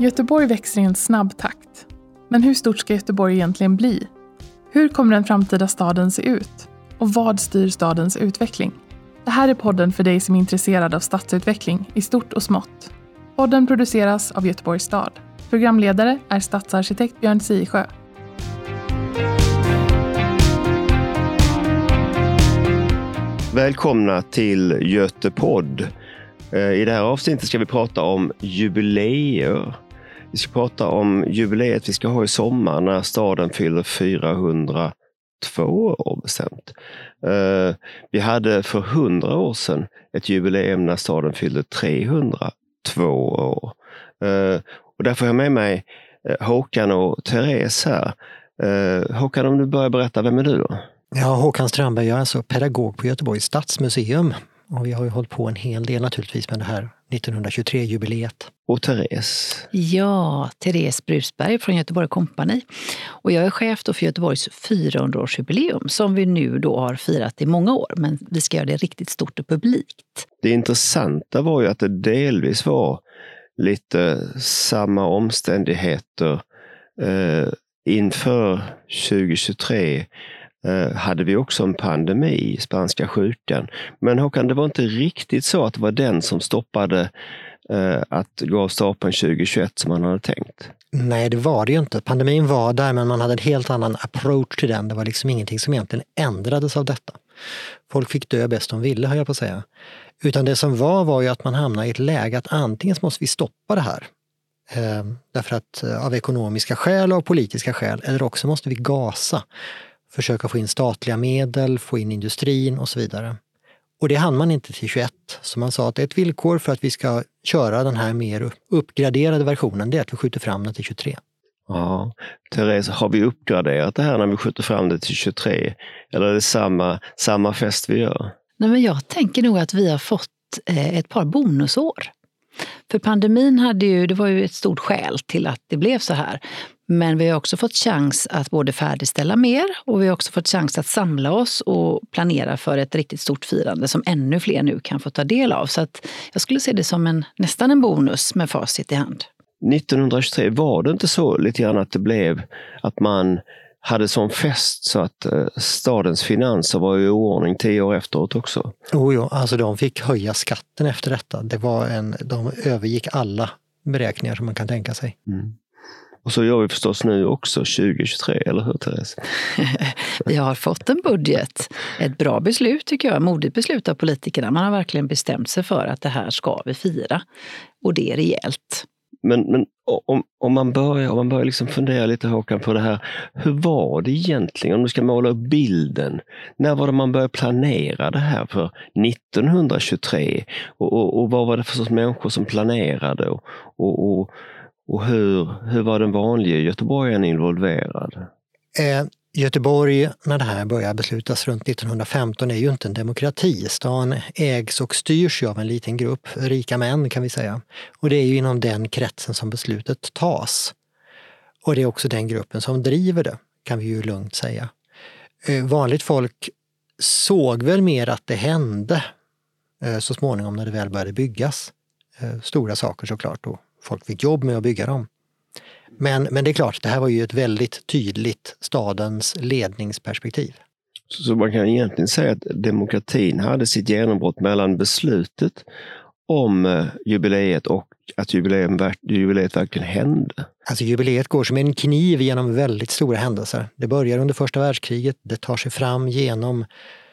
Göteborg växer i en snabb takt. Men hur stort ska Göteborg egentligen bli? Hur kommer den framtida staden se ut? Och vad styr stadens utveckling? Det här är podden för dig som är intresserad av stadsutveckling i stort och smått. Podden produceras av Göteborgs stad. Programledare är stadsarkitekt Björn Siesjö. Välkomna till Götepodd. I det här avsnittet ska vi prata om jubileer. Vi ska prata om jubileet vi ska ha i sommar när staden fyller 402 år bestämt. Vi hade för 100 år sedan ett jubileum när staden fyllde 302 år. Och därför har jag med mig Håkan och Therese här. Håkan, om du börjar berätta, vem är du då? Ja, Håkan Strandberg, jag är alltså pedagog på Göteborgs stadsmuseum. Och vi har ju hållit på en hel del naturligtvis med det här 1923-jubileet. Och Therese? Ja, Therese Brusberg från Göteborg Company. Och jag är chef då för Göteborgs 400-årsjubileum som vi nu då har firat i många år. Men vi ska göra det riktigt stort och publikt. Det intressanta var ju att det delvis var lite samma omständigheter inför 2023. Hade vi också en pandemi, spanska sjukan. Men Håkan, det var inte riktigt så att det var den som stoppade att gå av stapeln 2021 som man hade tänkt. Nej, det var det ju inte. Pandemin var där, men man hade en helt annan approach till den. Det var liksom ingenting som egentligen ändrades av detta. Folk fick dö bäst de ville, har jag på att säga. Utan det som var ju att man hamnade i ett läge att antingen så måste vi stoppa det här. Därför att av ekonomiska skäl och politiska skäl. Eller också måste vi gasa. Försöka få in statliga medel, få in industrin och så vidare. Och det hann man inte till 21. Så man sa att ett villkor för att vi ska köra den här mer uppgraderade versionen, det är att vi skjuter fram den till 23. Ja, Therese, har vi uppgraderat det här när vi skjuter fram det till 23? Eller är det samma fest vi gör? Nej, men jag tänker nog att vi har fått ett par bonusår. För pandemin det var ju ett stort skäl till att det blev så här. Men vi har också fått chans att både färdigställa mer och vi har också fått chans att samla oss och planera för ett riktigt stort firande som ännu fler nu kan få ta del av. Så att jag skulle se det som nästan en bonus med facit i hand. 1923 var det inte så lite grann att det blev att man hade sån fest så att stadens finanser var i oordning 10 år efteråt också? Jo, alltså de fick höja skatten efter detta. De övergick alla beräkningar som man kan tänka sig. Mm. Och så gör vi förstås nu också 2023, eller hur Therese? Vi har fått en budget. Ett bra beslut tycker jag, modigt beslut av politikerna. Man har verkligen bestämt sig för att det här ska vi fira. Och det är rejält. Men om man börjar liksom fundera lite, Håkan, på det här. Hur var det egentligen, om du ska måla upp bilden? När var det man började planera det här för 1923? Och vad var det för sorts människor som planerade? Och hur var den vanliga göteborgaren involverad? Göteborg, när det här börjar beslutas runt 1915, är ju inte en demokrati. Stan ägs och styrs av en liten grupp rika män, kan vi säga. Och det är ju inom den kretsen som beslutet tas. Och det är också den gruppen som driver det, kan vi ju lugnt säga. Vanligt folk såg väl mer att det hände så småningom när det väl började byggas. Stora saker såklart, och folk fick jobb med att bygga dem. Men det är klart, det här var ju ett väldigt tydligt stadens ledningsperspektiv. Så man kan egentligen säga att demokratin hade sitt genombrott mellan beslutet om jubileet och att jubileet verkligen hände. Alltså jubileet går som en kniv genom väldigt stora händelser. Det börjar under första världskriget, det tar sig fram genom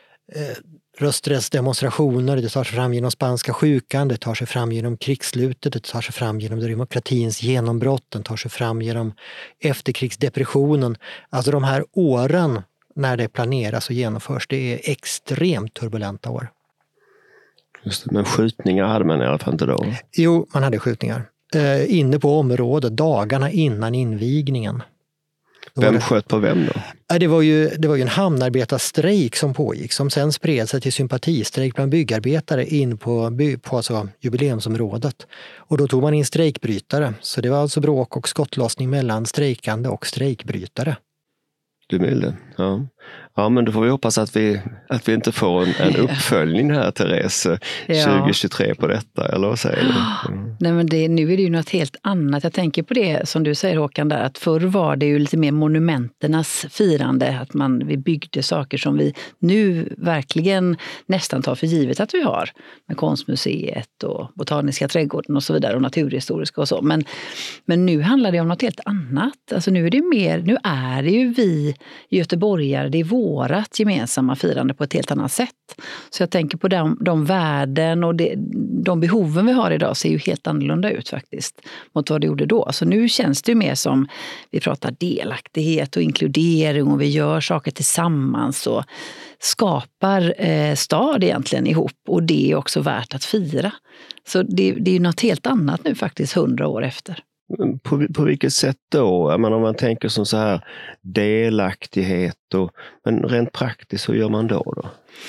rösträttsdemonstrationer, det tar sig fram genom spanska sjukan, det tar sig fram genom krigsslutet, det tar sig fram genom demokratins genombrott, den tar sig fram genom efterkrigsdepressionen. Alltså de här åren när det planeras och genomförs, det är extremt turbulenta år. Just det, men skjutningar hade man i alla fall inte då? Jo, man hade skjutningar. Inne på området, dagarna innan invigningen. Vem sköt på vem då? Det var ju en hamnarbetarstrejk som pågick, som sen spred sig till sympatistrejk bland byggarbetare in på alltså jubileumsområdet. Och då tog man in strejkbrytare. Så det var alltså bråk och skottlossning mellan strejkande och strejkbrytare. Du milde, ja. Ja, men då får vi hoppas att vi inte får en uppföljning här, Therese, 2023 på detta, eller vad säger du? Nej, men nu är det ju något helt annat. Jag tänker på det som du säger, Håkan, där, att förr var det ju lite mer monumenternas firande, att vi byggde saker som vi nu verkligen nästan tar för givet att vi har, med Konstmuseet och Botaniska trädgården och så vidare, och Naturhistoriska och så. Men nu handlar det om något helt annat. Alltså nu är det ju vi göteborgare, det är vårat gemensamma firande på ett helt annat sätt. Så jag tänker på de värden och de behoven vi har idag ser ju helt annorlunda ut faktiskt mot vad det gjorde då. Så nu känns det ju mer som vi pratar delaktighet och inkludering och vi gör saker tillsammans och skapar stad egentligen ihop, och det är också värt att fira. Så det är ju något helt annat nu faktiskt 100 år efter. På vilket sätt då? Jag menar, om man tänker som så här delaktighet, men rent praktiskt, hur gör man då?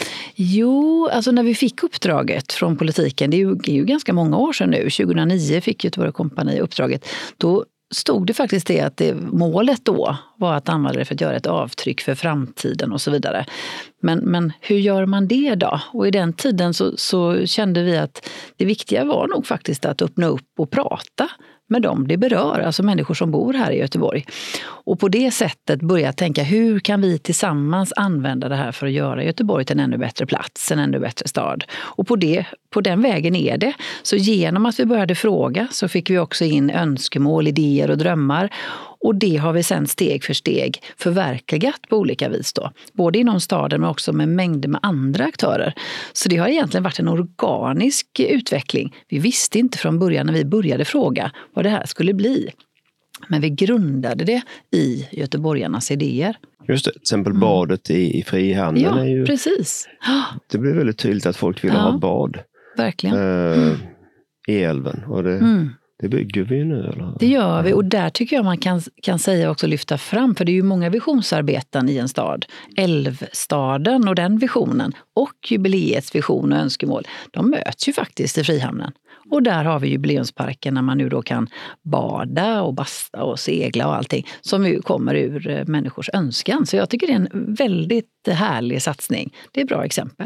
Jo, alltså när vi fick uppdraget från politiken, det är ju ganska många år sedan nu, 2009 fick Göteborg Kompani uppdraget, då stod det faktiskt det att målet då var att använda det för att göra ett avtryck för framtiden och så vidare. Men hur gör man det då? Och i den tiden så kände vi att det viktiga var nog faktiskt att öppna upp och prata med dem det berör, alltså människor som bor här i Göteborg. Och på det sättet börja tänka, hur kan vi tillsammans använda det här för att göra Göteborg till en ännu bättre plats, en ännu bättre stad. Och på den vägen är det. Så genom att vi började fråga så fick vi också in önskemål, idéer och drömmar. Och det har vi sedan steg för steg förverkligat på olika vis då. Både inom staden men också med mängder med andra aktörer. Så det har egentligen varit en organisk utveckling. Vi visste inte från början när vi började fråga vad det här skulle bli. Men vi grundade det i göteborgarnas idéer. Just det, till exempel badet i Frihamnen. Ja, är ju, precis. Det blev väldigt tydligt att folk ville ha bad. Verkligen. I älven. Och det bygger vi nu, eller? Det gör vi, och där tycker jag man kan säga också lyfta fram, för det är ju många visionsarbeten i en stad. Älvstaden och den visionen och jubileets vision och önskemål, de möts ju faktiskt i Frihamnen. Och där har vi jubileumsparken när man nu då kan bada och basta och segla och allting som ju kommer ur människors önskan. Så jag tycker det är en väldigt härlig satsning. Det är ett bra exempel.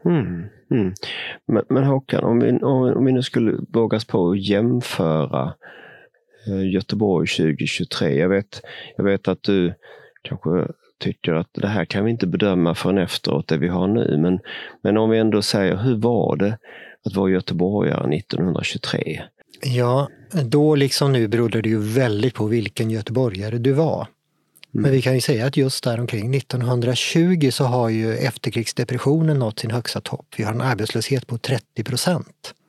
Men Håkan, om vi nu skulle vågas på att jämföra Göteborg 2023. Jag vet att du kanske tycker att det här kan vi inte bedöma förrän efteråt det vi har nu. Men om vi ändå säger, hur var det att vara göteborgare 1923? Ja, då liksom nu berodde det ju väldigt på vilken göteborgare du var. Men vi kan ju säga att just där omkring 1920 så har ju efterkrigsdepressionen nått sin högsta topp. Vi har en arbetslöshet på 30%.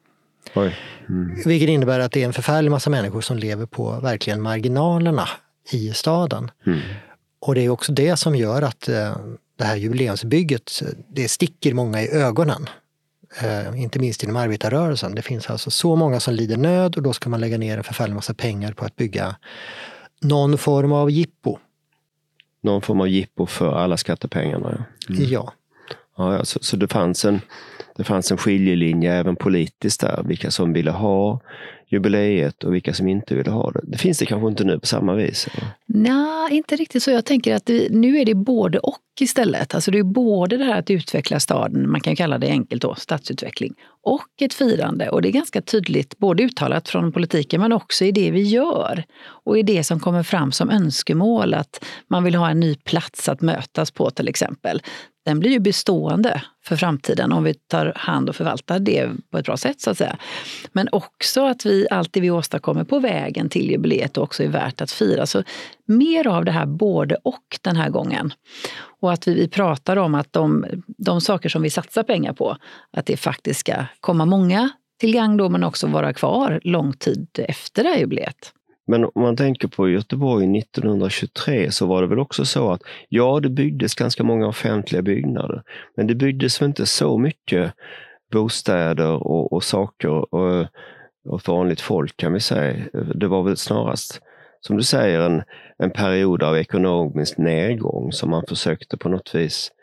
Vilket innebär att det är en förfärlig massa människor som lever på verkligen marginalerna i staden. Och det är också det som gör att det här jubileumsbygget, det sticker många i ögonen. Inte minst inom arbetarrörelsen. Det finns alltså så många som lider nöd, och då ska man lägga ner en förfärlig massa pengar på att bygga någon form av jippo. Någon form av jippo för alla skattepengarna. Ja. Ja, så det fanns en skiljelinje även politiskt där. Vilka som ville ha jubileet och vilka som inte ville ha det. Det finns det kanske inte nu på samma vis? Nej, inte riktigt så. Jag tänker att nu är det både och istället. Alltså det är både det här att utveckla staden, man kan kalla det enkelt då, stadsutveckling, och ett firande. Och det är ganska tydligt både uttalat från politiken men också i det vi gör. Och i det som kommer fram som önskemål, att man vill ha en ny plats att mötas på till exempel. Den blir ju bestående för framtiden om vi tar hand och förvaltar det på ett bra sätt så att säga. Men också att allt det vi åstadkommer på vägen till jubileet också är värt att fira. Så mer av det här både och den här gången. Och att vi pratar om att de saker som vi satsar pengar på, att det faktiskt ska komma många till gang då, men också vara kvar lång tid efter det här jubileet. Men om man tänker på Göteborg 1923 så var det väl också så att det byggdes ganska många offentliga byggnader. Men det byggdes inte så mycket bostäder och saker och vanligt folk kan vi säga. Det var väl snarast, som du säger, en period av ekonomisk nedgång som man försökte på något vis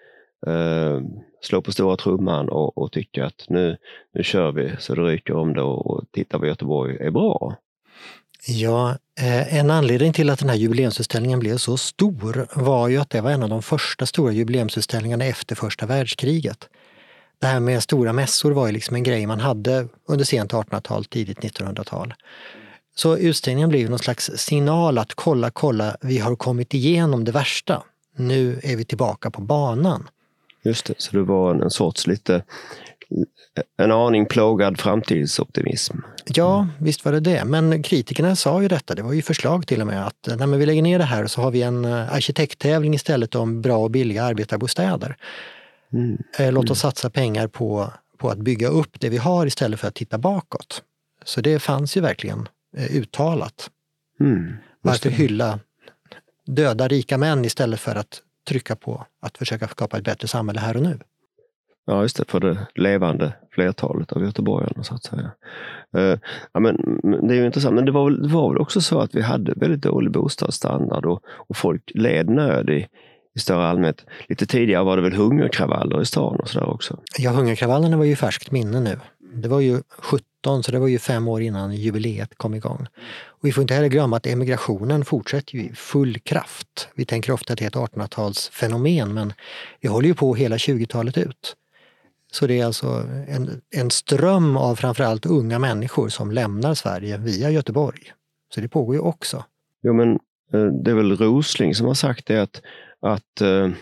slå på stora trumman och tycka att nu kör vi så det ryker om det och titta vad Göteborg är bra. Ja, en anledning till att den här jubileumsutställningen blev så stor var ju att det var en av de första stora jubileumsutställningarna efter första världskriget. Det här med stora mässor var ju liksom en grej man hade under sent 1800-tal, tidigt 1900-tal. Så utställningen blev någon slags signal att kolla, vi har kommit igenom det värsta. Nu är vi tillbaka på banan. Just det, så det var en sorts en aning plågad framtidsoptimism. Ja, visst var det. Men kritikerna sa ju detta, det var ju förslag till och med att när vi lägger ner det här så har vi en arkitekttävling istället om bra och billiga arbetarbostäder. Låt oss satsa pengar på att bygga upp det vi har istället för att titta bakåt. Så det fanns ju verkligen uttalat. Varför hylla döda rika män istället för att trycka på att försöka skapa ett bättre samhälle här och nu. Ja, just det, för det levande flertalet av göteborgarna så att säga. Ja, men det är ju intressant, men det var väl också så att vi hade väldigt dålig bostadsstandard och folk led nöd i större allmänhet. Lite tidigare var det väl hungerkravaller i stan och sådär också. Ja, hungerkravallerna var ju färskt minne nu. Det var ju 17, så det var ju 5 år innan jubileet kom igång. Och vi får inte heller glömma att emigrationen fortsätter ju i full kraft. Vi tänker ofta att det är ett 1800-talsfenomen, men det håller ju på hela 20-talet ut. Så det är alltså en ström av framförallt unga människor som lämnar Sverige via Göteborg. Så det pågår ju också. Jo, men det är väl Rosling som har sagt det att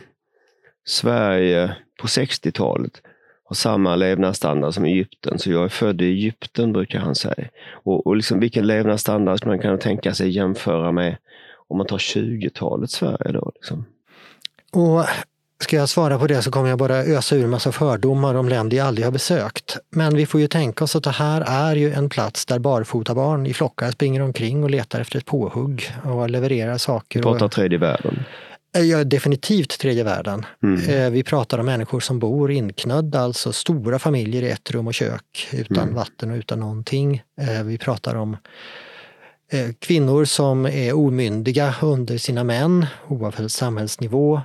Sverige på 60-talet har samma levnadsstandard som Egypten. Så jag är född i Egypten, brukar han säga. Och liksom vilken levnadsstandard man kan tänka sig jämföra med om man tar 20-talets Sverige då liksom. Och ska jag svara på det så kommer jag bara ösa ur en massa fördomar om länder jag aldrig har besökt. Men vi får ju tänka oss att det här är ju en plats där barfotabarn i flockar springer omkring och letar efter ett påhugg och levererar saker. Vi pratar tredje världen. Ja, definitivt tredje världen. Vi pratar om människor som bor inknödda, alltså stora familjer i ett rum och kök utan vatten och utan någonting. Vi pratar om kvinnor som är omyndiga under sina män, oavsett samhällsnivå.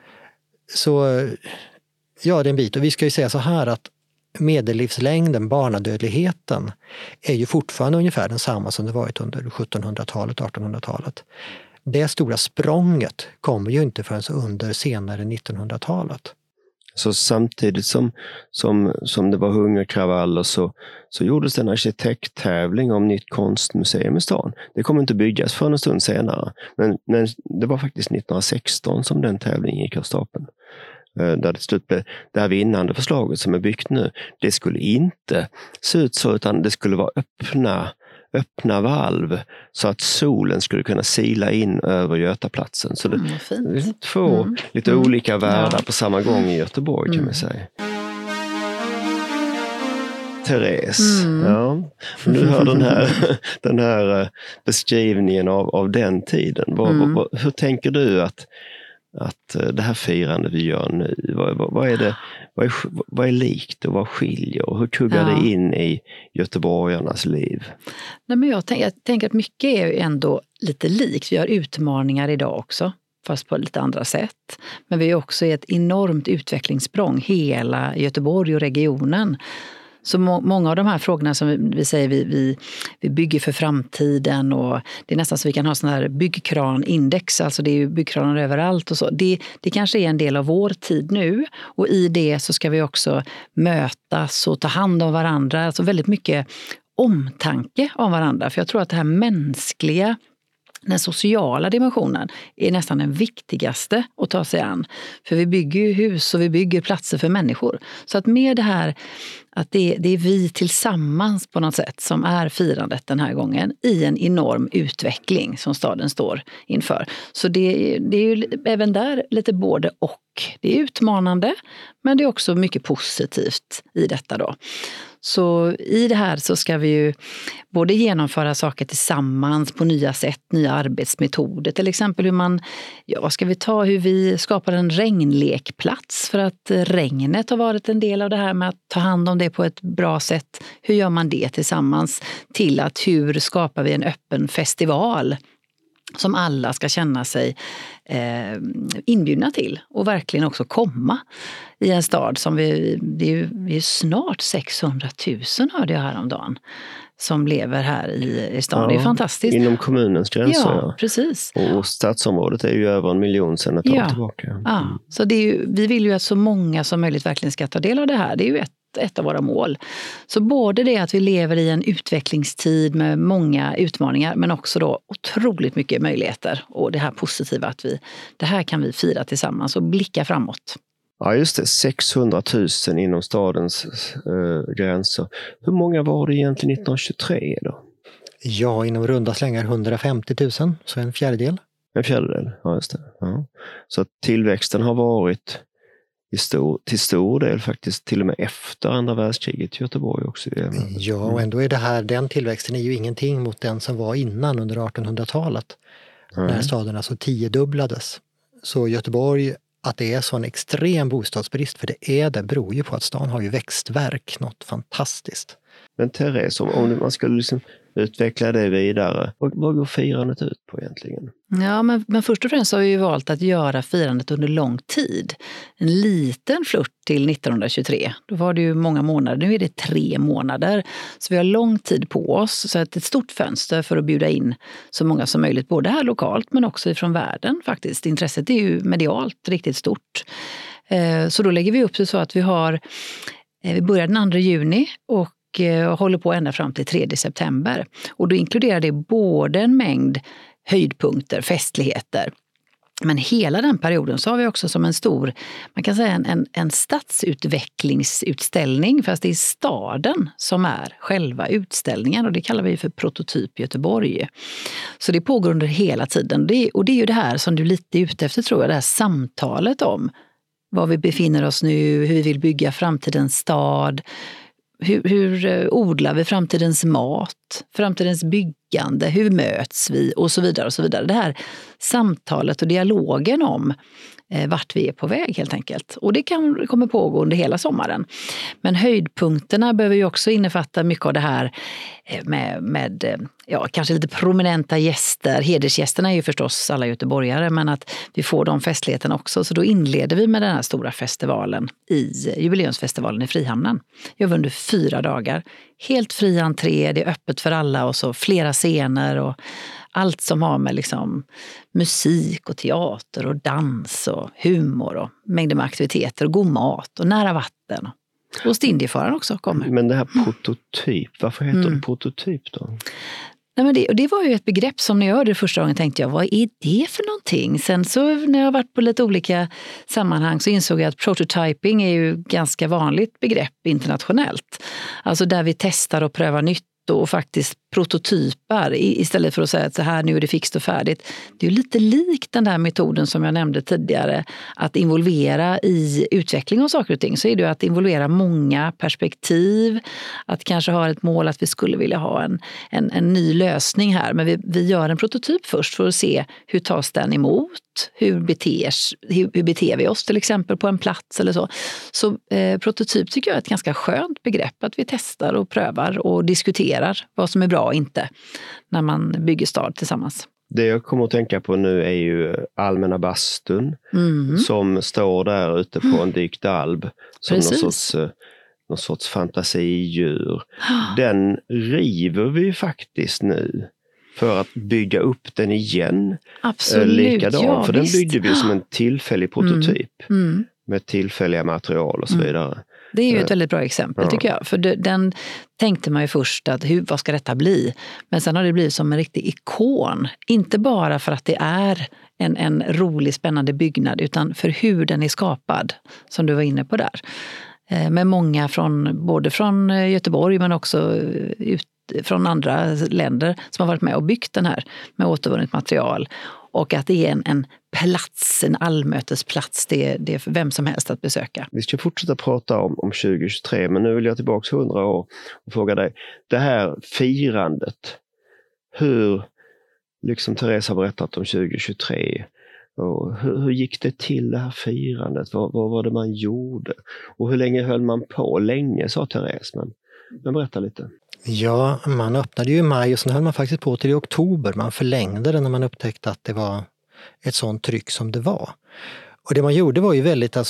Så ja, det är en bit. Och vi ska ju säga så här att medellivslängden, barnadödligheten, är ju fortfarande ungefär densamma som det varit under 1700-talet, 1800-talet. Det stora språnget kommer ju inte förrän under senare 1900-talet. Så samtidigt som det var hungerkravaller så gjordes det en arkitekttävling om nytt konstmuseum i stan. Det kommer inte byggas för en stund senare. Men det var faktiskt 1916 som den tävlingen gick av stapeln. Där det här vinnande förslaget som är byggt nu, det skulle inte se ut så, utan det skulle vara öppna valv så att solen skulle kunna sila in över Götaplatsen. Så det är två lite olika världar på samma gång i Göteborg kan man säga. Therese, ja. Du hör den här beskrivningen av den tiden. Hur tänker du att det här firandet vi gör nu, vad är likt och vad skiljer och hur kuggar det in i göteborgarnas liv? Nej, men jag tänker att mycket är ju ändå lite likt. Vi har utmaningar idag också, fast på lite andra sätt. Men vi är också i ett enormt utvecklingssprång, hela Göteborg och regionen. Så många av de här frågorna som vi säger vi bygger för framtiden, och det är nästan så vi kan ha sån här byggkranindex, alltså det är ju byggkranar överallt och så. Det kanske är en del av vår tid nu, och i det så ska vi också mötas och ta hand om varandra, alltså väldigt mycket omtanke om varandra. För jag tror att det här mänskliga, den sociala dimensionen är nästan den viktigaste att ta sig an. För vi bygger ju hus och vi bygger platser för människor. Så att med det här att det är vi tillsammans på något sätt som är firandet den här gången i en enorm utveckling som staden står inför. Så det är ju även där lite både och. Det är utmanande, men det är också mycket positivt i detta då. Så i det här så ska vi ju både genomföra saker tillsammans på nya sätt, nya arbetsmetoder. Till exempel hur vi skapar en regnlekplats, för att regnet har varit en del av det här med att ta hand om det på ett bra sätt. Hur gör man det tillsammans? Till att hur skapar vi en öppen festival som alla ska känna sig inbjudna till och verkligen också komma i en stad som vi är snart 600 000 hörde jag häromdagen. som lever här i stan. Det är fantastiskt. Inom kommunens gränser. Ja, precis. Och stadsområdet är ju över 1 miljon sedan ett år tillbaka. Ja, så det är ju, vi vill ju att så många som möjligt verkligen ska ta del av det här. Det är ju ett av våra mål. Så både det att vi lever i en utvecklingstid med många utmaningar, men också då otroligt mycket möjligheter. Och det här positiva att det här kan vi fira tillsammans och blicka framåt. Ja, just det. 600 000 inom stadens gränser. Hur många var det egentligen 1923 då? Ja, inom runda slängar 150 000, så en fjärdedel. En fjärdedel, ja just det. Ja. Så att tillväxten har varit till stor del faktiskt till och med efter andra världskriget i Göteborg också. Ja, och ändå är den tillväxten är ju ingenting mot den som var innan under 1800-talet. När staden alltså 10-dubblades. Så Göteborg, att det är sån extrem bostadsbrist, för det beror ju på att stan har ju växtverk, något fantastiskt. Men Therese, om man skulle liksom utveckla det vidare, vad går firandet ut på egentligen? Ja, men först och främst har vi ju valt att göra firandet under lång tid. En liten flört till 1923. Då var det ju många månader, nu är det 3 månader. Så vi har lång tid på oss, så att ett stort fönster för att bjuda in så många som möjligt, både här lokalt men också ifrån världen faktiskt. Intresset är ju medialt riktigt stort. Så då lägger vi upp det så att vi börjar den 2 juni och håller på ända fram till 3 september. Och då inkluderar det både en mängd höjdpunkter, festligheter. Men hela den perioden så har vi också som en stor, man kan säga en stadsutvecklingsutställning, fast det är staden som är själva utställningen, och det kallar vi för Prototyp Göteborg. Så det pågår under hela tiden. Och det är ju det här som du lite är ute efter, tror jag, det här samtalet om var vi befinner oss nu, hur vi vill bygga framtidens stad. Hur odlar vi framtidens mat, framtidens byggande, hur möts vi och så vidare och så vidare. Det här samtalet och dialogen om vart vi är på väg helt enkelt. Och det kommer pågå under hela sommaren. Men höjdpunkterna behöver ju också innefatta mycket av det här med kanske lite prominenta gäster. Hedersgästerna är ju förstås alla göteborgare, men att vi får de festligheterna också. Så då inleder vi med den här stora festivalen, jubileumsfestivalen i Frihamnen. Jag var under 4 dagar. Helt fri entré, det är öppet för alla och så flera scener och allt som har med liksom musik och teater och dans och humor och mängder med aktiviteter och god mat och nära vatten. Och Stindiefararen också kommer. Men det här prototyp, varför heter det prototyp då? Nej, men det var ju ett begrepp som när jag hörde det första gången tänkte jag, vad är det för någonting? Sen så när jag har varit på lite olika sammanhang så insåg jag att prototyping är ju ganska vanligt begrepp internationellt. Alltså där vi testar och prövar nytt och faktiskt prototypar istället för att säga att så här, nu är det fixt och färdigt. Det är ju lite likt den där metoden som jag nämnde tidigare, att involvera i utveckling av saker och ting. Så är det ju att involvera många perspektiv, att kanske ha ett mål att vi skulle vilja ha en ny lösning här. Men vi gör en prototyp först för att se hur tas den emot, hur beter vi oss till exempel på en plats eller så. Så prototyp tycker jag är ett ganska skönt begrepp, att vi testar och prövar och diskuterar vad som är bra och inte när man bygger stad tillsammans. Det jag kommer att tänka på nu är ju Allmänna bastun som står där ute på en dykdalb som någon sorts fantasidjur. Den river vi faktiskt nu för att bygga upp den igen. Absolut, likadan, ja, för visst. Den byggde vi som en tillfällig prototyp med tillfälliga material och så vidare. Det är ju ett väldigt bra exempel tycker jag. För den tänkte man ju först att vad ska detta bli? Men sen har det blivit som en riktig ikon. Inte bara för att det är en rolig, spännande byggnad, utan för hur den är skapad, som du var inne på där. Med många både från Göteborg men också från andra länder som har varit med och byggt den här med återvunnet material. Och att det är en plats, en allmötesplats, det är för vem som helst att besöka. Vi ska fortsätta prata om 2023, men nu vill jag tillbaka 100 år och fråga dig. Det här firandet, hur, liksom Therese har berättat om 2023, och hur gick det till det här firandet? Vad var det man gjorde? Och hur länge höll man på? Länge, sa Therese, men berätta lite. Ja, man öppnade ju i maj och sen höll man faktiskt på till i oktober. Man förlängde det när man upptäckte att det var ett sånt tryck som det var. Och det man gjorde var ju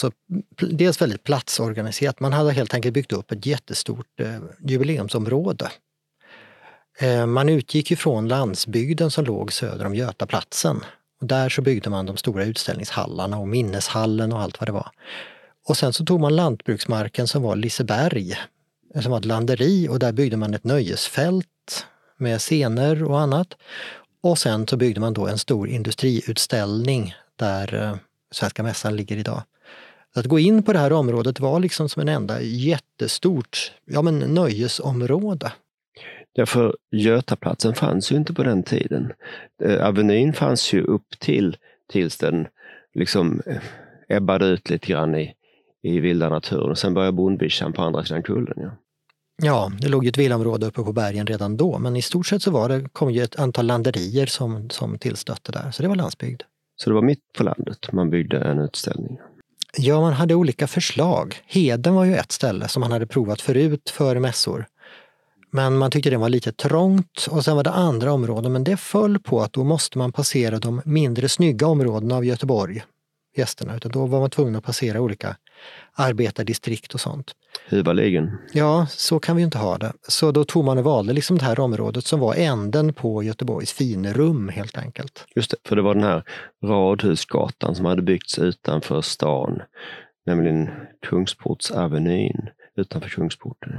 dels väldigt platsorganiserat. Man hade helt enkelt byggt upp ett jättestort jubileumsområde. Man utgick ju från landsbygden som låg söder om Götaplatsen. Och där så byggde man de stora utställningshallarna och minneshallen och allt vad det var. Och sen så tog man lantbruksmarken som var Liseberg, som var ett landeri, och där byggde man ett nöjesfält med scener och annat. Och sen så byggde man då en stor industriutställning där Svenska mässan ligger idag. Så att gå in på det här området var liksom som en enda jättestort nöjesområde. Därför Götaplatsen fanns ju inte på den tiden. Avenyn fanns ju upp tills den liksom ebbade ut lite grann i vilda naturen. Och sen började Bondbyschan på andra sidan kullen. Ja. Ja, det låg ju ett villaområde uppe på bergen redan då. Men i stort sett så kom ju ett antal landerier som tillstötte där. Så det var landsbygd. Så det var mitt på landet man byggde en utställning? Ja, man hade olika förslag. Heden var ju ett ställe som man hade provat förut för mässor. Men man tyckte det var lite trångt, och sen var det andra områden, men det föll på att då måste man passera de mindre snygga områdena av Göteborg, gästerna, utan då var man tvungen att passera olika arbetardistrikt och sånt. Hyvaligen. Ja, så kan vi inte ha det. Så då tog man och valde liksom det här området som var änden på Göteborgs finrum helt enkelt. Just det, för det var den här Radhusgatan som hade byggts utanför stan, nämligen Kungsportsavenyn utanför Kungsporten.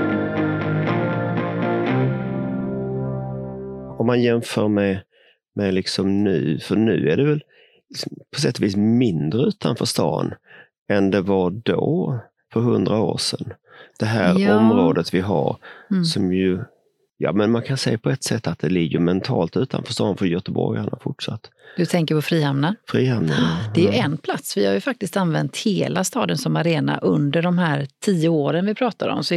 Om man jämför med liksom nu, för nu är det väl på sätt och vis mindre utanför stan än det var då för 100 år sedan. Det här området vi har som ju, men man kan säga på ett sätt att det ligger mentalt utanför stan för göteborgarna fortsatt. Du tänker på Frihamnen? Frihamnen. Det är ju en plats. Vi har ju faktiskt använt hela staden som arena under de här 10 åren vi pratar om. Så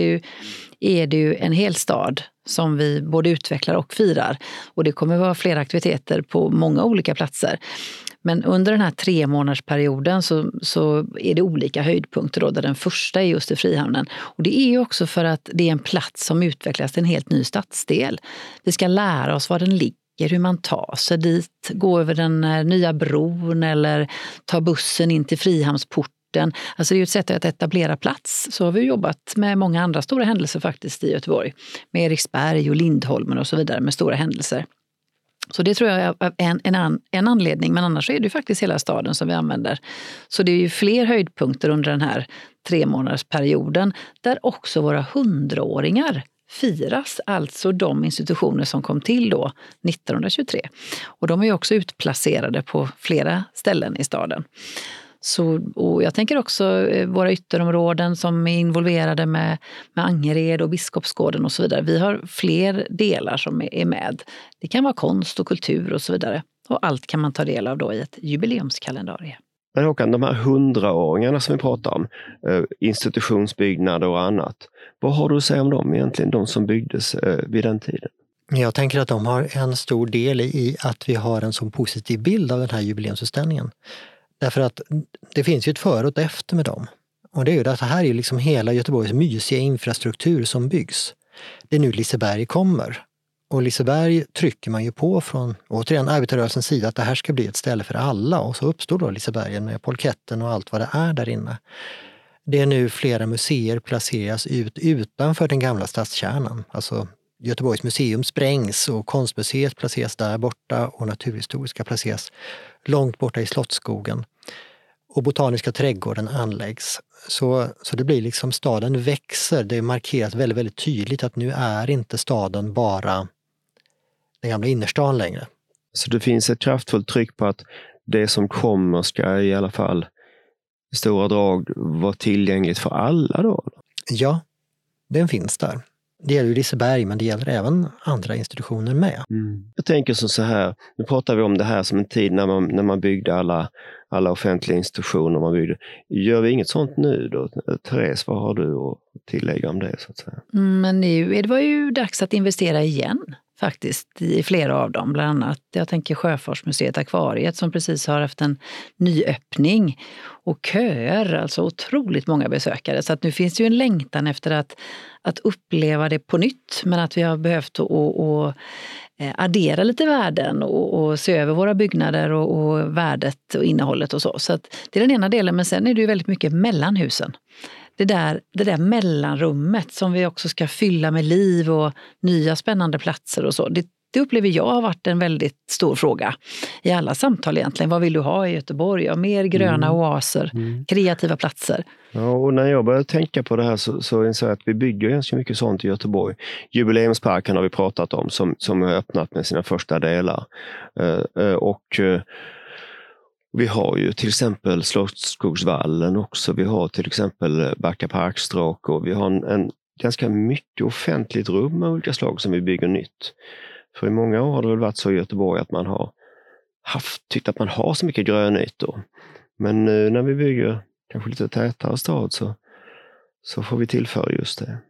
är det ju en hel stad som vi både utvecklar och firar. Och det kommer vara flera aktiviteter på många olika platser. Men under den här 3-månadersperioden så är det olika höjdpunkter då, där den första är just i Frihamnen. Och det är ju också för att det är en plats som utvecklas till en helt ny stadsdel. Vi ska lära oss var den ligger, hur man tar sig dit, gå över den nya bron eller ta bussen in till Frihamnsporten. Alltså det är ju ett sätt att etablera plats. Så har vi jobbat med många andra stora händelser faktiskt i Göteborg. Med Eriksberg och Lindholmen och så vidare med stora händelser. Så det tror jag är en anledning, men annars är det ju faktiskt hela staden som vi använder. Så det är ju fler höjdpunkter under den här 3-månadersperioden där också våra 100-åringar firas, alltså de institutioner som kom till då 1923. Och de är ju också utplacerade på flera ställen i staden. Så, och jag tänker också våra ytterområden som är involverade med Angered och Biskopsgården och så vidare. Vi har fler delar som är med. Det kan vara konst och kultur och så vidare. Och allt kan man ta del av då i ett jubileumskalendarie. Men Håkan, de här 100-åringarna som vi pratar om, institutionsbyggnader och annat. Vad har du att säga om dem egentligen, de som byggdes vid den tiden? Jag tänker att de har en stor del i att vi har en så positiv bild av den här jubileumsutställningen. Därför att det finns ju ett före och ett efter med dem. Och det är ju att det här är liksom hela Göteborgs mysiga infrastruktur som byggs. Det är nu Liseberg kommer. Och Liseberg trycker man ju på från, återigen, arbetarrörelsens sida att det här ska bli ett ställe för alla. Och så uppstår då Lisebergen med polketten och allt vad det är där inne. Det är nu flera museer placeras utanför den gamla stadskärnan. Alltså Göteborgs museum sprängs och konstmuseet placeras där borta och naturhistoriska placeras långt borta i Slottsskogen. Och botaniska trädgården anläggs. Så det blir liksom, staden växer. Det markeras väldigt, väldigt tydligt att nu är inte staden bara den gamla innerstan längre. Så det finns ett kraftfullt tryck på att det som kommer ska i alla fall i stora drag vara tillgängligt för alla då? Ja, den finns där. Det gäller ju Liseberg, men det gäller även andra institutioner med. Jag tänker så här, nu pratar vi om det här som en tid när man byggde alla offentliga institutioner man byggde. Gör vi inget sånt nu då? Therese, vad har du att tillägga om det så att säga? Men nu det var ju dags att investera igen faktiskt i flera av dem. Bland annat, jag tänker Sjöfartsmuseet Akvariet som precis har haft en nyöppning och köer, alltså otroligt många besökare. Så att nu finns det ju en längtan efter att uppleva det på nytt, men att vi har behövt att addera lite värden och se över våra byggnader och värdet och innehållet och så. Så att det är den ena delen, men sen är det ju väldigt mycket mellan husen. det där mellanrummet som vi också ska fylla med liv och nya spännande platser och så. Det upplever jag har varit en väldigt stor fråga i alla samtal egentligen. Vad vill du ha i Göteborg? Ja, mer gröna oaser, kreativa platser. Ja, och när jag började tänka på det här så insåg jag att vi bygger ganska mycket sånt i Göteborg. Jubileumsparken har vi pratat om som har öppnat med sina första delar. Och vi har ju till exempel Slottsskogsvallen också. Vi har till exempel Backa parkstråk och vi har en ganska mycket offentligt rum av olika slag som vi bygger nytt. För i många år har det väl varit så i Göteborg att man har tyckt att man har så mycket grönytor. Men nu när vi bygger kanske lite tätare stad så får vi tillföra just det.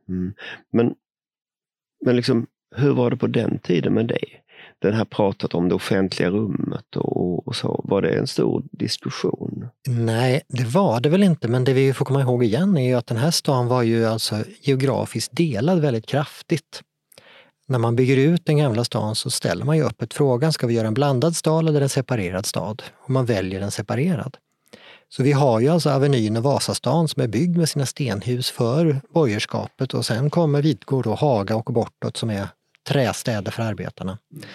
Men liksom, hur var det på den tiden med det? Den här pratat om det offentliga rummet och så. Var det en stor diskussion? Nej, det var det väl inte. Men det vi får komma ihåg igen är ju att den här stan var ju alltså geografiskt delad väldigt kraftigt. När man bygger ut den gamla stan så ställer man ju öppet frågan, ska vi göra en blandad stad eller en separerad stad? Och man väljer en separerad. Så vi har ju alltså Avenyn och Vasastan som är byggd med sina stenhus för borgerskapet och sen kommer Vidgård och Haga och bortåt som är trästäder för arbetarna.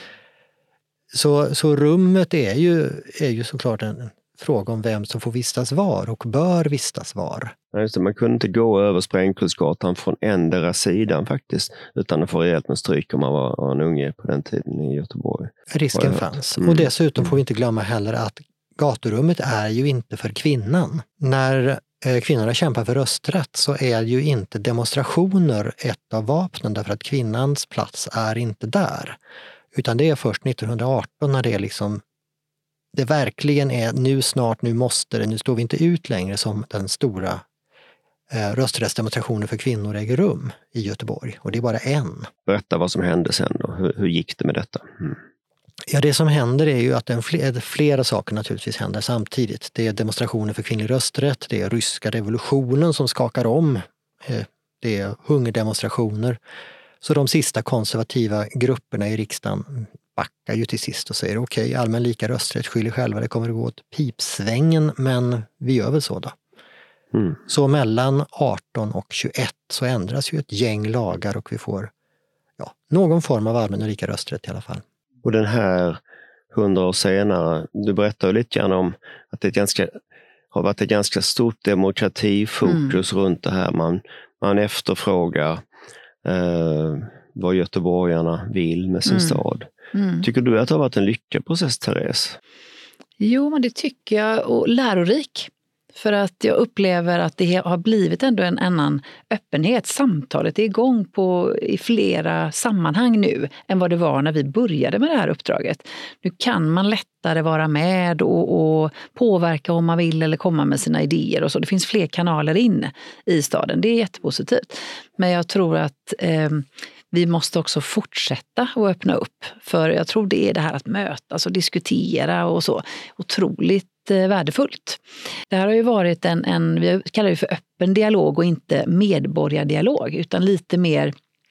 Så rummet är ju såklart en fråga om vem som får vistas var och bör vistas var. Ja, just det, man kunde inte gå över Sprängkullsgatan från ändra sidan faktiskt utan att få rejält med stryk om man var en unge på den tiden i Göteborg. Risken fanns. Och dessutom får vi inte glömma heller att gaturummet är ju inte för kvinnan. När kvinnorna kämpar för rösträtt så är ju inte demonstrationer ett av vapnen därför att kvinnans plats är inte där. Utan det är först 1918 när det är liksom det verkligen är nu måste det, nu står vi inte ut längre som den stora rösträttsdemonstrationen för kvinnor äger rum i Göteborg. Och det är bara en. Berätta vad som hände sen då. Hur gick det med detta? Ja, det som händer är ju att flera saker naturligtvis händer samtidigt. Det är demonstrationer för kvinnlig rösträtt, det är ryska revolutionen som skakar om, det är hungerdemonstrationer. Så de sista konservativa grupperna i riksdagen backar ju till sist och säger okej, allmän lika rösträtt, skyll er själva, det kommer att gå åt pipsvängen, men vi gör väl så då. Så mellan 18 och 21 så ändras ju ett gäng lagar och vi får någon form av allmän och lika rösträtt i alla fall. Och den här 100 år senare, du berättar ju lite grann om att det har varit ett ganska stort demokratifokus runt det här. Man efterfrågar vad göteborgarna vill med sin stad. Tycker du att det har varit en lyckad process, Therese? Jo, men det tycker jag, och lärorik. För att jag upplever att det har blivit ändå en annan öppenhet. Samtalet är igång i flera sammanhang nu än vad det var när vi började med det här uppdraget. Nu kan man lättare vara med och påverka om man vill eller komma med sina idéer och så. Det finns fler kanaler in i staden. Det är jättepositivt. Men jag tror att vi måste också fortsätta att öppna upp. För jag tror det är det här att mötas och diskutera och så. Otroligt värdefullt. Det här har ju varit vi kallar det för öppen dialog och inte medborgardialog, utan lite mer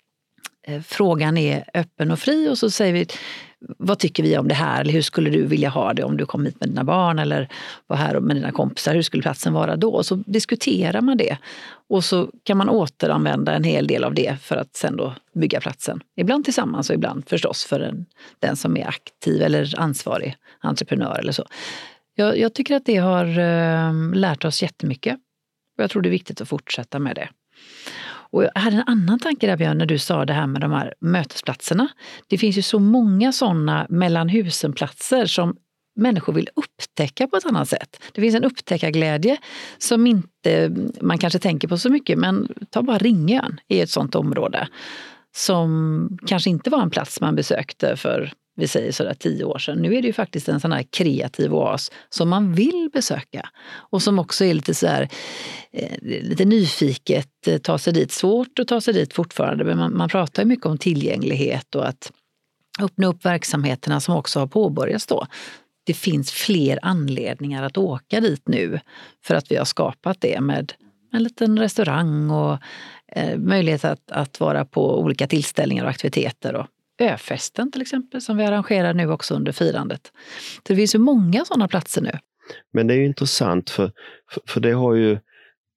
frågan är öppen och fri och så säger vi vad tycker vi om det här eller hur skulle du vilja ha det om du kom hit med dina barn eller var här med dina kompisar, hur skulle platsen vara då? Och så diskuterar man det och så kan man återanvända en hel del av det för att sen då bygga platsen. Ibland tillsammans och ibland förstås för den som är aktiv eller ansvarig entreprenör eller så. Jag tycker att det har lärt oss jättemycket. Och jag tror det är viktigt att fortsätta med det. Och jag hade en annan tanke där, Björn, när du sa det här med de här mötesplatserna. Det finns ju så många sådana mellan husenplatser som människor vill upptäcka på ett annat sätt. Det finns en upptäckarglädje som inte man kanske tänker på så mycket. Men ta bara Ringön i ett sådant område som kanske inte var en plats man besökte för, vi säger sådär 10 år sedan. Nu är det ju faktiskt en sån här kreativ oas som man vill besöka. Och som också är lite så här, lite nyfiket, ta sig dit. Svårt att ta sig dit fortfarande, men man pratar ju mycket om tillgänglighet och att öppna upp verksamheterna som också har påbörjats då. Det finns fler anledningar att åka dit nu för att vi har skapat det med en liten restaurang och möjlighet att vara på olika tillställningar och aktiviteter och Öfesten till exempel som vi arrangerar nu också under firandet. Så det finns ju många sådana platser nu. Men det är ju intressant för det har ju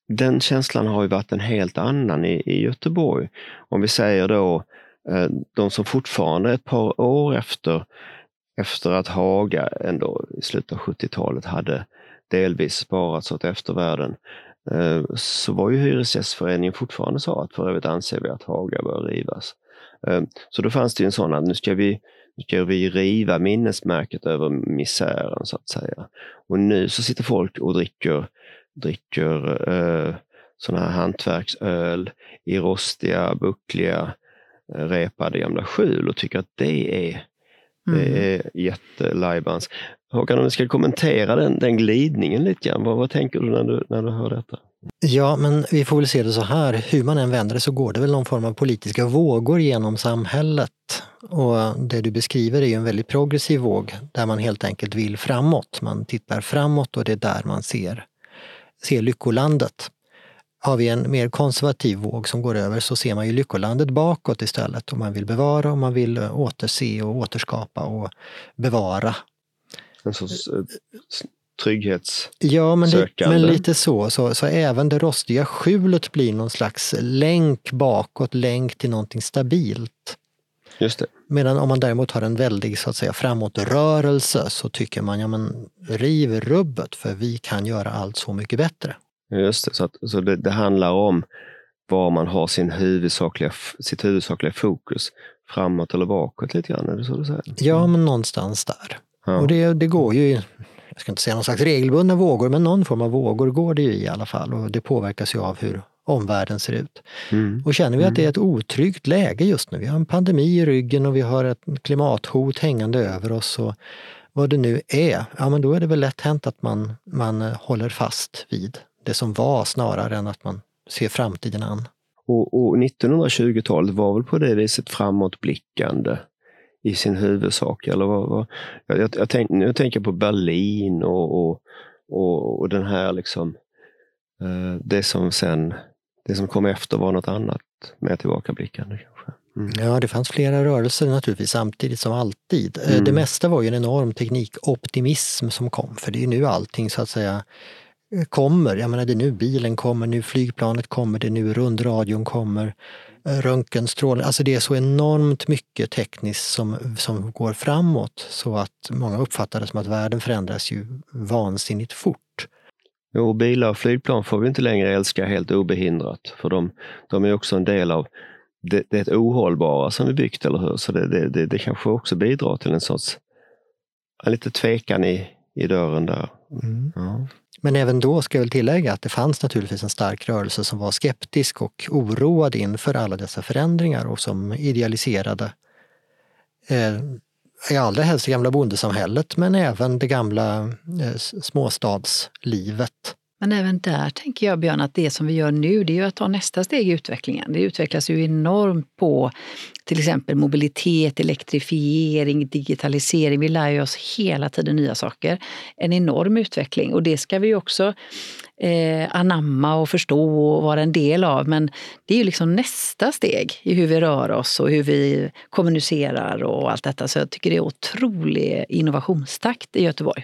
den känslan har ju varit en helt annan i Göteborg. Om vi säger då de som fortfarande ett par år efter att Haga ändå i slutet av 70-talet hade delvis sparats åt eftervärlden, så var ju Hyresgästföreningen fortfarande sa att för övrigt anser vi att Haga bör rivas. Så då fanns det ju en sån att nu ska vi riva minnesmärket över misären så att säga. Och nu så sitter folk och dricker såna här hantverksöl i rostiga, buckliga, repade gamla skjul och tycker att det är jättelajbans. Håkan, om du ska kommentera den glidningen lite grann, vad tänker du när du hör detta? Ja, men vi får väl se det så här. Hur man än vänder det så går det väl någon form av politiska vågor genom samhället. Och det du beskriver är ju en väldigt progressiv våg där man helt enkelt vill framåt. Man tittar framåt och det är där man ser lyckolandet. Har vi en mer konservativ våg som går över så ser man ju lyckolandet bakåt istället. Och man vill bevara och man vill återse och återskapa och bevara. En sorts trygghetssökande. Ja, men lite så även det rostiga skjulet blir någon slags länk bakåt, länk till någonting stabilt. Just det. Medan om man däremot har en väldig så att säga framåtrörelse så tycker man, ja men riv rubbet för vi kan göra allt så mycket bättre. Just det, så det handlar om var man har sitt huvudsakliga fokus, framåt eller bakåt lite grann, är det så du säger? Ja, men någonstans där. Ja. Och det går ju, jag ska inte säga någon slags regelbundna vågor, men någon form av vågor går det ju i alla fall och det påverkas ju av hur omvärlden ser ut. Och känner vi att det är ett otryggt läge just nu, vi har en pandemi i ryggen och vi har ett klimathot hängande över oss och vad det nu är, ja men då är det väl lätt hänt att man håller fast vid det som var snarare än att man ser framtiden an. Och 1920-talet var väl på det viset framåtblickande i sin huvudsak, eller vad? Jag tänker på Berlin och den här liksom det som kom efter var något annat, mer tillbakablickande kanske. Ja, det fanns flera rörelser naturligtvis samtidigt som alltid. Det mesta var ju en enorm teknikoptimism som kom, för det är ju nu allting så att säga kommer. Jag menar, det är nu bilen kommer, nu flygplanet kommer, det är nu rundradion kommer, röntgenstrålning. Alltså det är så enormt mycket tekniskt som går framåt så att många uppfattar det som att världen förändras ju vansinnigt fort. Jo, bilar och flygplan får vi inte längre älska helt obehindrat, för de är också en del av det ohållbara som vi byggt, eller hur? Så det kanske också bidrar till en sorts lite tvekan i dörren där. Ja. Men även då ska jag väl tillägga att det fanns naturligtvis en stark rörelse som var skeptisk och oroad inför alla dessa förändringar och som idealiserade i allra helst det gamla bondesamhället men även det gamla småstadslivet. Men även där tänker jag, Björn, att det som vi gör nu, det är ju att ta nästa steg i utvecklingen. Det utvecklas ju enormt på till exempel mobilitet, elektrifiering, digitalisering. Vi lär ju oss hela tiden nya saker. En enorm utveckling och det ska vi ju också anamma och förstå och vara en del av. Men det är ju liksom nästa steg i hur vi rör oss och hur vi kommunicerar och allt detta. Så jag tycker det är otrolig innovationstakt i Göteborg.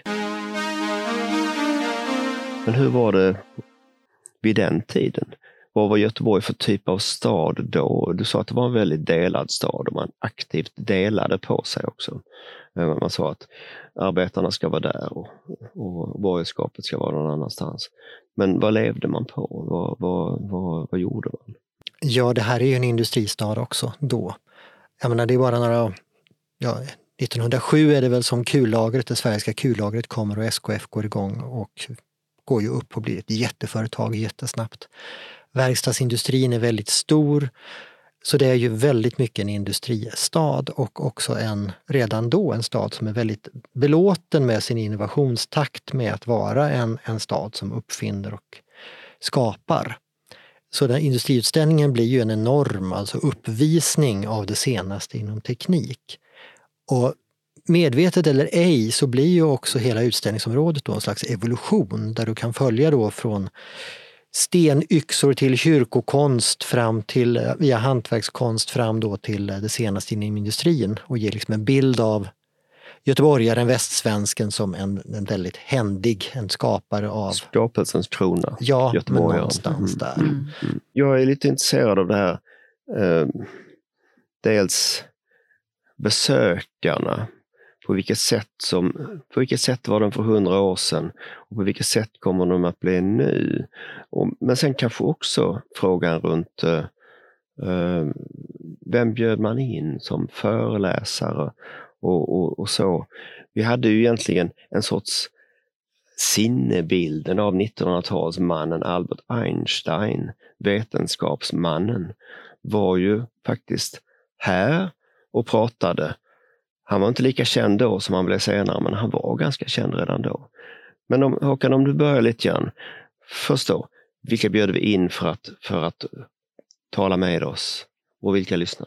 Men hur var det vid den tiden? Vad var Göteborg för typ av stad då? Du sa att det var en väldigt delad stad och man aktivt delade på sig också. Man sa att arbetarna ska vara där och borgerskapet ska vara någon annanstans. Men vad levde man på? Vad gjorde man? Ja, det här är ju en industristad också då. Jag menar, det är bara några... Ja, 1907 är det väl som kullagret, det svenska kullagret kommer och SKF går igång och går ju upp och blir ett jätteföretag jättesnabbt. Verkstadsindustrin är väldigt stor, så det är ju väldigt mycket en industristad och också redan då en stad som är väldigt belåten med sin innovationstakt med att vara en stad som uppfinner och skapar. Så den industriutställningen blir ju en enorm alltså uppvisning av det senaste inom teknik. Och medvetet eller ej så blir ju också hela utställningsområdet då en slags evolution där du kan följa då från stenyxor till kyrkokonst fram till via hantverkskonst fram då till det senaste inom industrin och ge liksom en bild av göteborgaren, västsvensken som en väldigt händig, en skapare av... Skapelsens krona. Ja, men Göteborg, någonstans där. Jag är lite intresserad av det här. Dels besökarna. På vilket sätt var de för 100 år sedan och på vilket sätt kommer de att bli nu? Men sen kanske också frågan runt vem bjöd man in som föreläsare och så. Vi hade ju egentligen en sorts sinnebilden av 1900-talsmannen Albert Einstein, vetenskapsmannen, var ju faktiskt här och pratade. Han var inte lika känd då som han blev senare, men han var ganska känd redan då. Men Håkan, om du börjar lite grann. Först då, vilka bjöd vi in för att tala med oss och vilka lyssnade?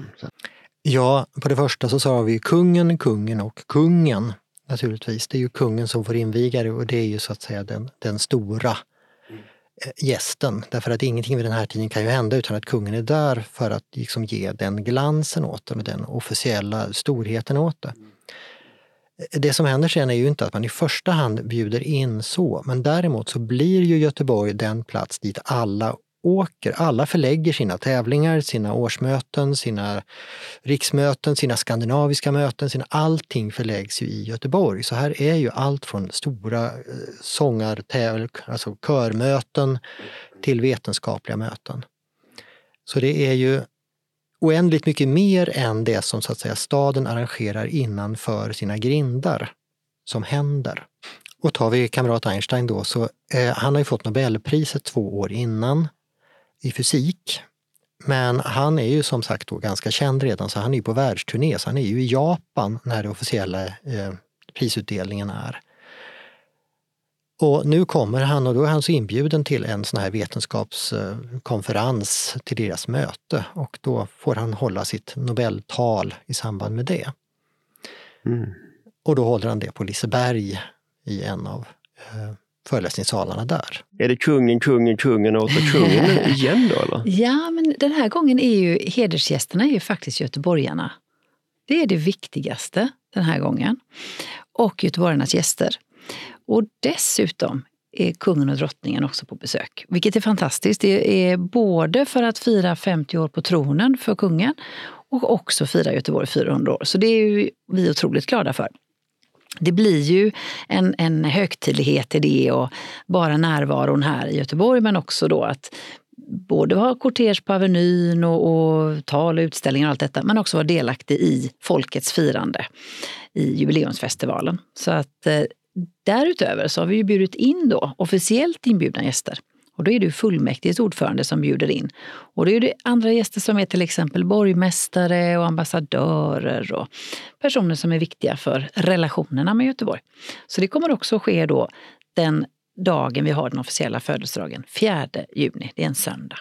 Ja, på det första så sa vi kungen och kungen naturligtvis. Det är ju kungen som får inviga det och det är ju så att säga den stora gästen. Därför att ingenting vid den här tiden kan ju hända utan att kungen är där för att liksom ge den glansen åt det, med den officiella storheten åt det. Det som händer sen är ju inte att man i första hand bjuder in så, men däremot så blir ju Göteborg den plats dit alla åker. Alla förlägger sina tävlingar, sina årsmöten, sina riksmöten, sina skandinaviska möten, allting förläggs ju i Göteborg. Så här är ju allt från stora alltså körmöten till vetenskapliga möten. Så det är ju oändligt mycket mer än det som så att säga staden arrangerar innanför sina grindar som händer. Och tar vi kamrat Einstein då, så han har ju fått Nobelpriset 2 år innan i fysik. Men han är ju som sagt då ganska känd redan, så han är ju på världsturné, så han är ju i Japan när det officiella prisutdelningen är. Och nu kommer han och då är han så inbjuden till en sån här vetenskapskonferens till deras möte och då får han hålla sitt Nobeltal i samband med det. Och då håller han det på Liseberg i en av föreläsningssalarna där. Är det kungen och åter kungen igen då eller? Ja, men den här gången är ju hedersgästerna är ju faktiskt göteborgarna. Det är det viktigaste den här gången. Och göteborgarnas gäster. Och dessutom är kungen och drottningen också på besök. Vilket är fantastiskt. Det är både för att fira 50 år på tronen för kungen och också fira Göteborg 400 år. Så det är ju vi otroligt glada för. Det blir ju en högtidlighet i det och bara närvaron här i Göteborg, men också då att både ha kortege på Avenyn och tal och utställningar och allt detta, men också vara delaktig i folkets firande i jubileumsfestivalen. Så att därutöver så har vi ju bjudit in då officiellt inbjudna gäster. Och då är det ju fullmäktiges ordförande som bjuder in. Och det är ju det andra gäster som är till exempel borgmästare och ambassadörer och personer som är viktiga för relationerna med Göteborg. Så det kommer också ske då den dagen vi har den officiella födelsedagen, 4 juni. Det är en söndag.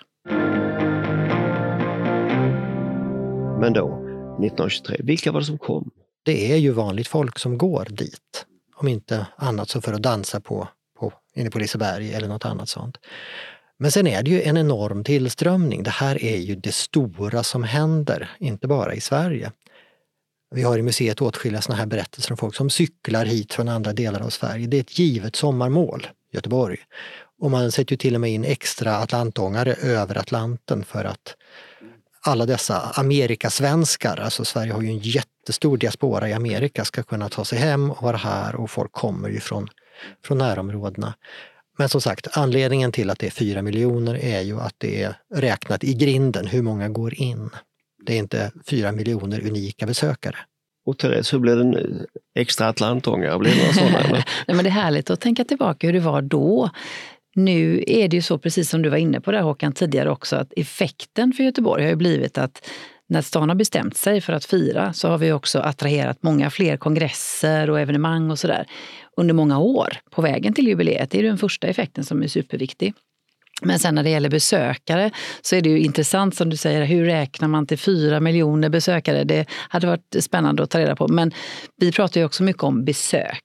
Men då, 1923, vilka var det som kom? Det är ju vanligt folk som går dit. Om inte annat så för att dansa inne på Liseberg eller något annat sånt. Men sen är det ju en enorm tillströmning. Det här är ju det stora som händer, inte bara i Sverige. Vi har i museet åtskilliga såna här berättelser om folk som cyklar hit från andra delar av Sverige. Det är ett givet sommarmål, Göteborg. Och man sätter ju till och med in extra atlantångare över Atlanten för att alla dessa Amerikasvenskar, alltså Sverige har ju en jättestor diaspora i Amerika, ska kunna ta sig hem och vara här och folk kommer ju från närområdena. Men som sagt, anledningen till att det är 4 miljoner är ju att det är räknat i grinden hur många går in. Det är inte 4 miljoner unika besökare. Och Therese, hur blev det nu? Extra atlantångare, blev det några sådana? Eller? Nej, men det är härligt att tänka tillbaka hur det var då. Nu är det ju så, precis som du var inne på där Håkan tidigare också, att effekten för Göteborg har ju blivit att när stan har bestämt sig för att fira så har vi också attraherat många fler kongresser och evenemang och sådär under många år på vägen till jubileet. Det är den första effekten som är superviktig. Men sen när det gäller besökare så är det ju intressant som du säger, hur räknar man till 4 miljoner besökare? Det hade varit spännande att ta reda på. Men vi pratar ju också mycket om besök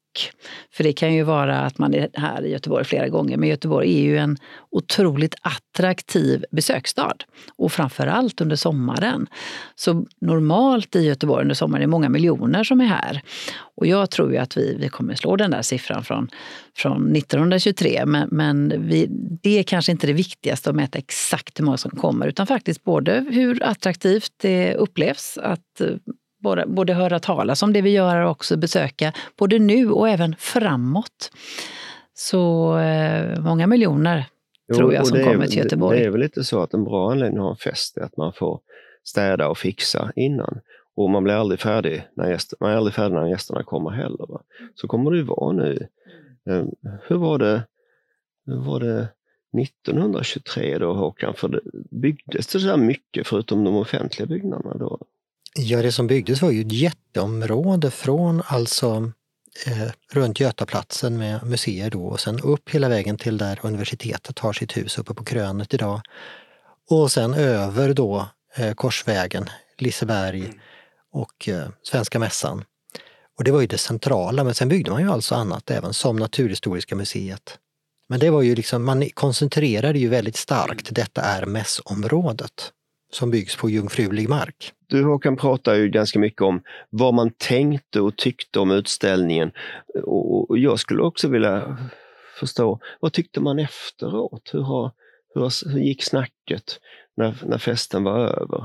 För det kan ju vara att man är här i Göteborg flera gånger, men Göteborg är ju en otroligt attraktiv besöksstad. Och framförallt under sommaren. Så normalt i Göteborg under sommaren är det många miljoner som är här. Och jag tror ju att vi kommer slå den där siffran från 1923. Men det är kanske inte det viktigaste att mäta exakt hur många som kommer. Utan faktiskt både hur attraktivt det upplevs att både höra talas om det vi gör och också besöka. Både nu och även framåt. Så många miljoner tror jag som kommer till Göteborg. Det är väl lite så att en bra anledning att ha en fest är att man får städa och fixa innan. Och man blir aldrig färdig när gästerna kommer heller. Va? Så kommer det ju vara nu. Hur var det 1923 då, Håkan? För det byggdes det så här mycket förutom de offentliga byggnaderna då? Ja, det som byggdes var ju ett jätteområde från runt Götaplatsen med museer då och sen upp hela vägen till där universitetet har sitt hus uppe på krönet idag. Och sen över då Korsvägen, Liseberg och Svenska mässan. Och det var ju det centrala, men sen byggde man ju alltså annat även som Naturhistoriska museet. Men det var ju liksom, man koncentrerade ju väldigt starkt, detta är mässområdet som byggs på jungfrulig mark. Du Håkan pratar ju ganska mycket om vad man tänkte och tyckte om utställningen. Och jag skulle också vilja förstå, vad tyckte man efteråt? Hur gick snacket när festen var över?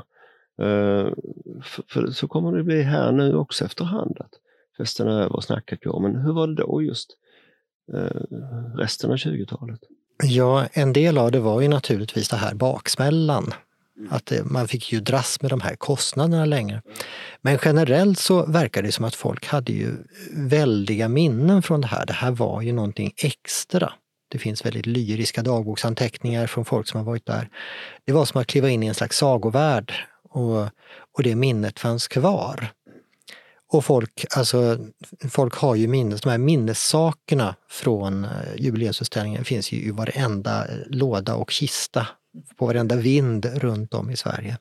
För så kommer det bli här nu också efterhand att festen är över och snacket går. Men hur var det då just resten av 20-talet? Ja, en del av det var ju naturligtvis det här baksmällan. Att man fick ju dras med de här kostnaderna längre. Men generellt så verkar det som att folk hade ju väldiga minnen från det här. Det här var ju någonting extra. Det finns väldigt lyriska dagboksanteckningar från folk som har varit där. Det var som att kliva in i en slags sagovärld och det minnet fanns kvar. Och folk har ju minnes, de här minnessakerna från jubileumsutställningen finns ju i varenda låda och kista på varenda vind runt om i Sverige.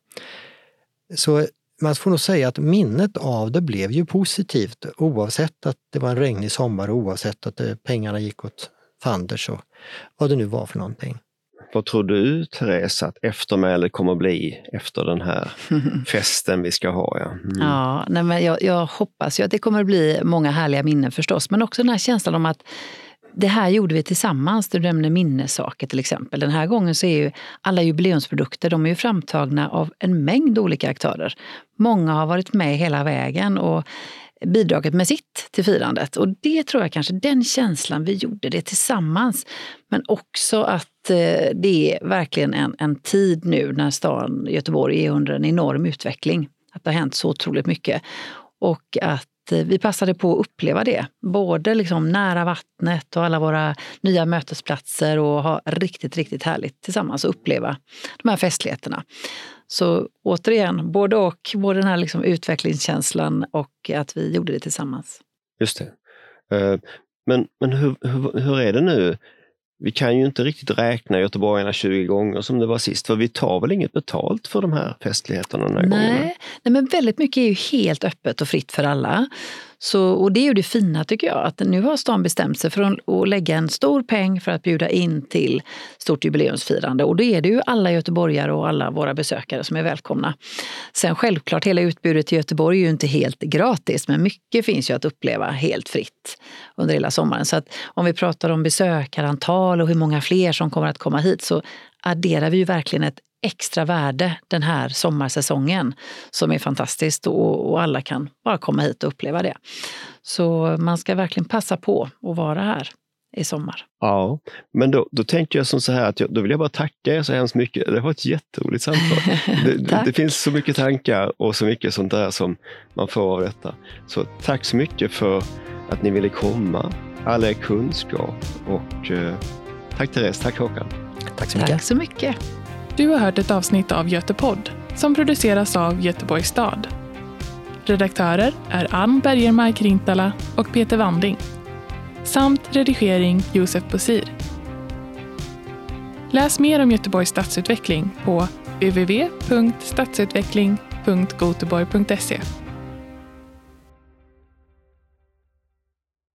Så man får nog säga att minnet av det blev ju positivt oavsett att det var en regnig sommar och oavsett att pengarna gick åt fanders och vad det nu var för någonting. Vad tror du, Therese, att eftermälet kommer att bli efter den här festen vi ska ha? Ja, ja nej, men jag hoppas ju att det kommer att bli många härliga minnen förstås, men också den här känslan om att det här gjorde vi tillsammans. Du nämner minnessaker till exempel. Den här gången så är ju alla jubileumsprodukter, de är ju framtagna av en mängd olika aktörer. Många har varit med hela vägen och bidragit med sitt till firandet. Och det tror jag kanske, den känslan, vi gjorde det tillsammans. Men också att det är verkligen en tid nu när stan Göteborg är under en enorm utveckling. Att det har hänt så otroligt mycket. Och att vi passade på att uppleva det. Både liksom nära vattnet och alla våra nya mötesplatser och ha riktigt, riktigt härligt tillsammans och uppleva de här festligheterna. Så återigen, både den här liksom utvecklingskänslan och att vi gjorde det tillsammans. Just det. Men hur är det nu? Vi kan ju inte riktigt räkna göteborgarna 20 gånger som det var sist. För vi tar väl inget betalt för de här festligheterna den här gången? Nej, men väldigt mycket är ju helt öppet och fritt för alla. Och det är ju det fina tycker jag. Att nu har stan bestämt sig för att lägga en stor peng för att bjuda in till stort jubileumsfirande. Och då är det ju alla göteborgare och alla våra besökare som är välkomna. Sen självklart, hela utbudet i Göteborg är ju inte helt gratis. Men mycket finns ju att uppleva helt fritt under hela sommaren. Så att om vi pratar om besökarantal och hur många fler som kommer att komma hit så adderar vi ju verkligen ett extra värde den här sommarsäsongen som är fantastiskt och alla kan bara komma hit och uppleva det. Så man ska verkligen passa på att vara här i sommar. Ja, men då tänkte jag som så här att då vill jag bara tacka er så hemskt mycket. Det var ett jätteroligt samtal. det finns så mycket tankar och så mycket sånt där som man får av detta. Så tack så mycket för att ni ville komma. All er kunskap och tack Therese, tack Håkan. Tack så mycket. Tack så mycket. Du har hört ett avsnitt av Götepodd som produceras av Göteborgs stad. Redaktörer är Ann Bergermark Rintala och Peter Wanding. Samt redigering Josef Bosir. Läs mer om Göteborgs stadsutveckling på www.stadsutveckling.goteborg.se.